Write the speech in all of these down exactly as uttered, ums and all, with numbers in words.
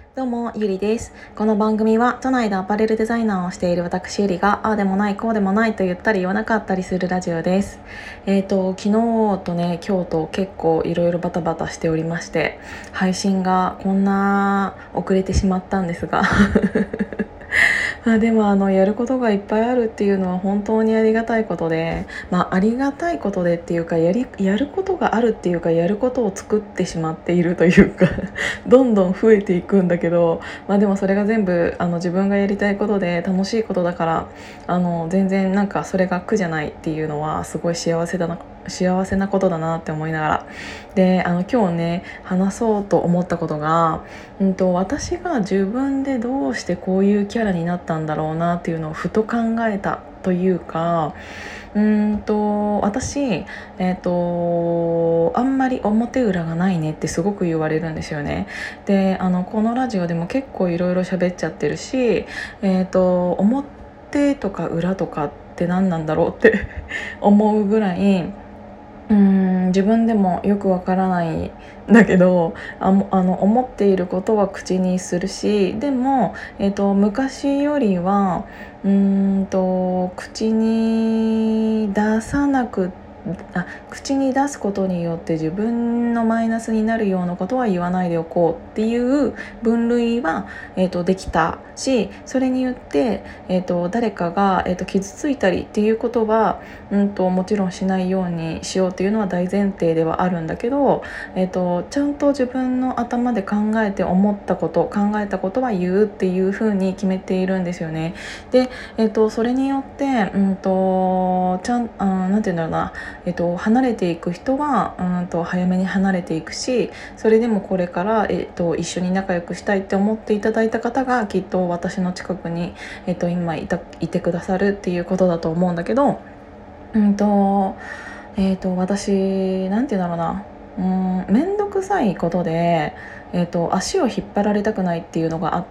どうも、ゆりです。この番組は都内でアパレルデザイナーをしている私ゆりが、ああでもないこうでもないと言ったり言わなかったりするラジオです。えっ、と昨日とね今日と結構いろいろバタバタしておりまして、配信がこんな遅れてしまったんですがまあでもあのやることがいっぱいあるっていうのは本当にありがたいことで、まあありがたいことでっていうかやりやることがあるっていうかやることを作ってしまっているというかどんどん増えていくんだけど、まあでもそれが全部あの自分がやりたいことで楽しいことだから、あの全然なんかそれが苦じゃないっていうのはすごい幸せだな幸せなことだなって思いながら、であの今日ね話そうと思ったことが、うんと私が自分でどうしてこういうキャラになったんだろうなっていうのをふと考えたというか、うーんと私、えー、とあんまり表裏がないねってすごく言われるんですよね。であのこのラジオでも結構いろいろ喋っちゃってるし、えー、と表とか裏とかって何なんだろうって思うぐらい、うーん自分でもよくわからないんだけど、あもあの思っていることは口にするし、でも、えー、と昔よりはうーんと口に出さなくあ口に出すことによって自分のマイナスになるようなことは言わないでおこうっていう分類は、えー、とできたし、それによって、えー、と誰かが、えー、と傷ついたりっていうことは、うんともちろんしないようにしようっていうのは大前提ではあるんだけど、えー、とちゃんと自分の頭で考えて思ったこと考えたことは言うっていう風に決めているんですよね。で、えー、とそれによって、うんとちゃんあなんて言うんだろうな、えー、と離れていく人はうんと早めに離れていくし、それでもこれから、えー、と一緒に仲良くしたいって思っていただいた方がきっと私の近くに、えー、と今いたいてくださるっていうことだと思うんだけど、うんとえー、と私なんて言うんだろうな、うーん面倒くさいことで、えー、と足を引っ張られたくないっていうのがあって、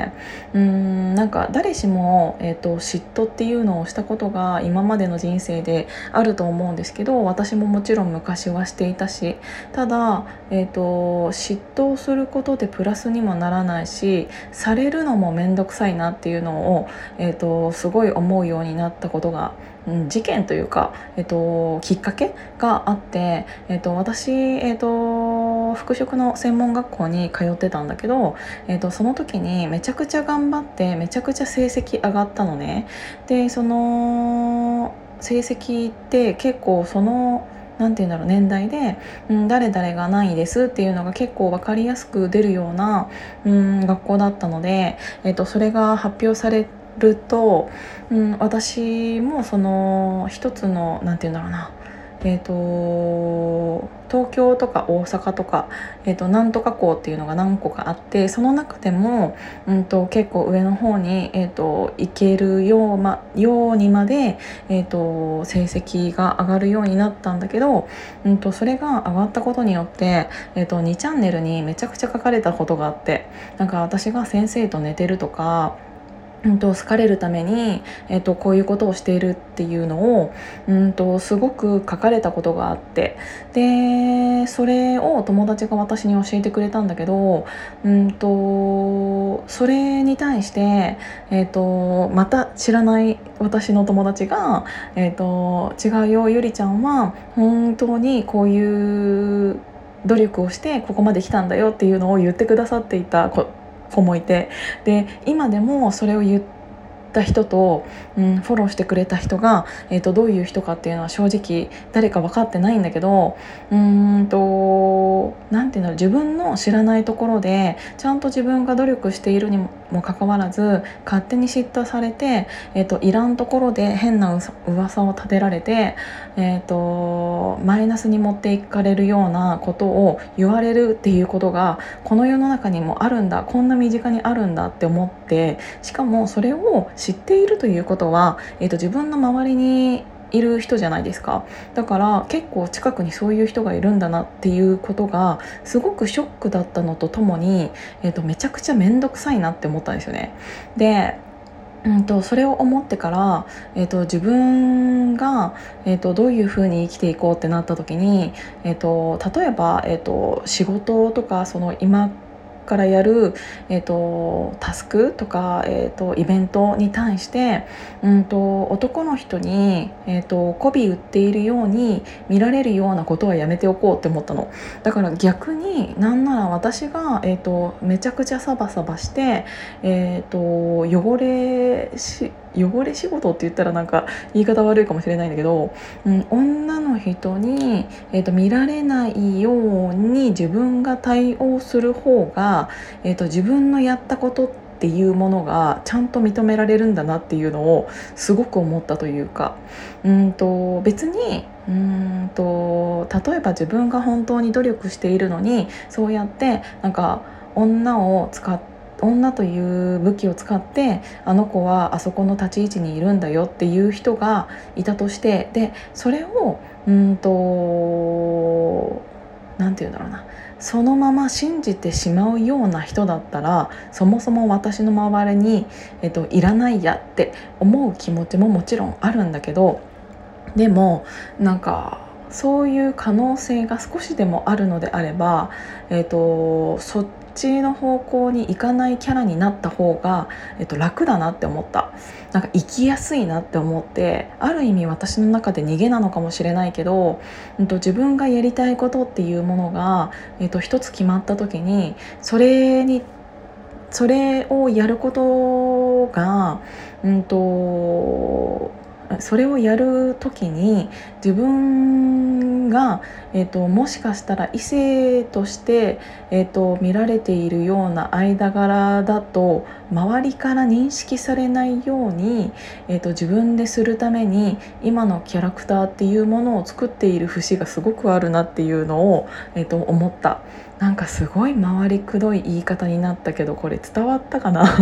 うーんなんか誰しも、えー、と嫉妬っていうのをしたことが今までの人生であると思うんですけど、私ももちろん昔はしていたし、ただ、えー、と嫉妬することでプラスにもならないし、されるのも面倒くさいなっていうのを、えー、とすごい思うようになったことが、うん、事件というか、えっと、きっかけがあって、えっと、私、えっと、服飾の専門学校に通ってたんだけど、えっと、その時にめちゃくちゃ頑張ってめちゃくちゃ成績上がったのね。でその成績って結構そのなんていうんだろう年代で、うん、誰々が何位ですっていうのが結構分かりやすく出るような、うん、学校だったので、えっと、それが発表されると、うん、私もその一つのなんて言うんだろうな、えーと東京とか大阪とか、えーとなんとか校っていうのが何個かあって、その中でも、うん、と結構上の方に、えーと行けるよう、ま、ようにまで、えーと成績が上がるようになったんだけど、うん、とそれが上がったことによって、えーとにチャンネルにめちゃくちゃ書かれたことがあって、なんか私が先生と寝てるとか、うんと好かれるために、えー、とこういうことをしているっていうのを、うんとすごく書かれたことがあって、でそれを友達が私に教えてくれたんだけど、うんとそれに対して、えー、とまた知らない私の友達が、えー、と違うよゆりちゃんは本当にこういう努力をしてここまで来たんだよっていうのを言ってくださっていた子子もいて、で今でもそれを言った人と、うん、フォローしてくれた人が、えー、とどういう人かっていうのは正直誰か分かってないんだけど、うーんとなんていうんだろう、自分の知らないところでちゃんと自分が努力しているにもかかわらず勝手に嫉妬されて、えー、といらんところで変な噂を立てられて、えー、とマイナスに持っていかれるようなことを言われるっていうことがこの世の中にもあるんだ、こんな身近にあるんだって思って、しかもそれを知っているということは、えー、と自分の周りにいる人じゃないですか。だから結構近くにそういう人がいるんだなっていうことがすごくショックだったのとともに、えー、とめちゃくちゃ面倒くさいなって思ったんですよね。でうんとそれを思ってから、えー、と自分が、えー、とどういうふうに生きていこうってなった時に、えー、と例えば、えー、と仕事とかその今からやる、えー、とタスクとか、えー、とイベントに対して、うんと男の人に、えー、と媚び売っているように見られるようなことはやめておこうって思ったの。だから逆になんなら私が、えー、とめちゃくちゃサバサバして、えー、と汚れし汚れ仕事って言ったらなんか言い方悪いかもしれないんだけど、うん、女の人に、えー、と見られないように自分が対応する方が、えー、と自分のやったことっていうものがちゃんと認められるんだなっていうのをすごく思ったというか、うんと別にうんと例えば自分が本当に努力しているのにそうやってなんか女を使って女という武器を使ってあの子はあそこの立ち位置にいるんだよっていう人がいたとして、でそれをうんとなんていうんだろうな、そのまま信じてしまうような人だったらそもそも私の周りに、えっと、いらないやって思う気持ちももちろんあるんだけど、でもなんかそういう可能性が少しでもあるのであれば、えっと、そっちの方向に行かないキャラになった方が、えっと、楽だなって思った。なんか生きやすいなって思って、ある意味私の中で逃げなのかもしれないけど、うんと、自分がやりたいことっていうものが、えっと、一つ決まった時にそれにそれをやることが、うんとそれをやる時に自分が、えーと、もしかしたら異性として、えーと、見られているような間柄だと周りから認識されないように、えーと、自分でするために今のキャラクターっていうものを作っている節がすごくあるなっていうのを、えーと、思った。なんかすごい回りくどい言い方になったけどこれ伝わったかな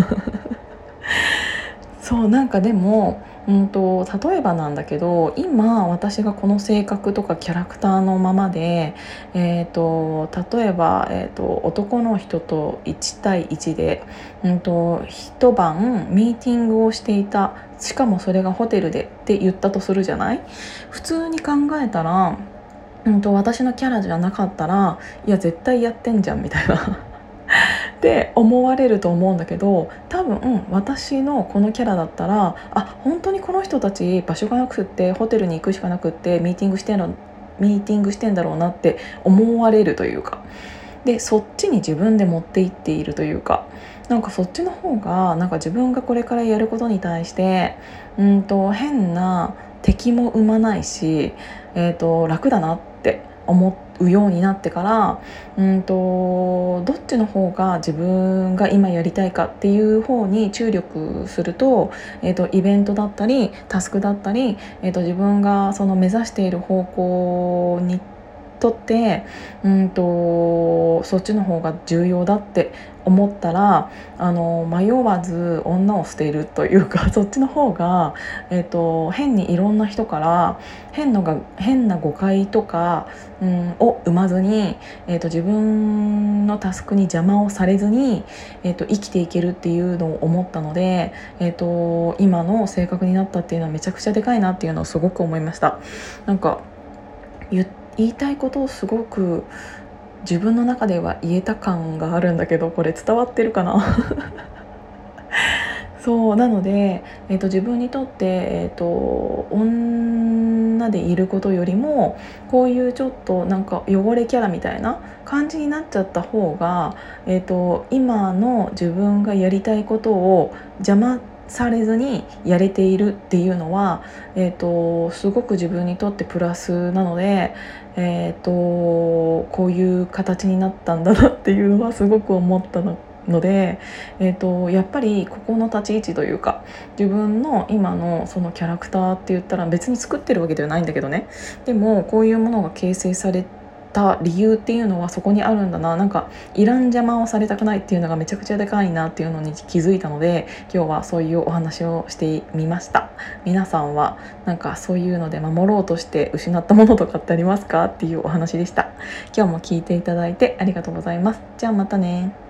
そうなんかでもうんと例えばなんだけど、今私がこの性格とかキャラクターのままで、えー、と例えば、えー、と男の人といち対いちで、うんと一晩ミーティングをしていた、しかもそれがホテルでって言ったとするじゃない。普通に考えたら、うんと私のキャラじゃなかったらいや絶対やってんじゃんみたいなって思われると思うんだけど、多分私のこのキャラだったら、あ本当にこの人たち場所がなくってホテルに行くしかなくってミーティングしてんのミーティングしてんだろうなって思われるというか、でそっちに自分で持っていっているというか、なんかそっちの方がなんか自分がこれからやることに対してうんと変な敵も生まないし、えーと楽だなって思うようになってから、うんとどっちの方が自分が今やりたいかっていう方に注力すると、えーとイベントだったりタスクだったり、えーと自分がその目指している方向にとってうんとそっちの方が重要だって思ったら、あの迷わず女を捨てるというかそっちの方が、えー、と変にいろんな人から変のが変な誤解とか、うん、を生まずに、えー、と自分のタスクに邪魔をされずに、えー、と生きていけるっていうのを思ったので、えー、と今の性格になったっていうのはめちゃくちゃでかいなっていうのをすごく思いました。なんか言言いたいことをすごく自分の中では言えた感があるんだけど、これ伝わってるかなそうなので、えー、と自分にとって、えー、と女でいることよりもこういうちょっとなんか汚れキャラみたいな感じになっちゃった方が、えー、と今の自分がやりたいことを邪魔されずにやれているっていうのは、えー、とすごく自分にとってプラスなので、えー、とこういう形になったんだなっていうのはすごく思ったのので、えー、とやっぱりここの立ち位置というか自分の今のそのキャラクターって言ったら別に作ってるわけではないんだけどね、でもこういうものが形成された理由っていうのはそこにあるんだな、なんかいらん邪魔をされたくないっていうのがめちゃくちゃでかいなっていうのに気づいたので、今日はそういうお話をしてみました。皆さんはなんかそういうので守ろうとして失ったものとかってありますかっていうお話でした。今日も聞いていただいてありがとうございます。じゃあまたね。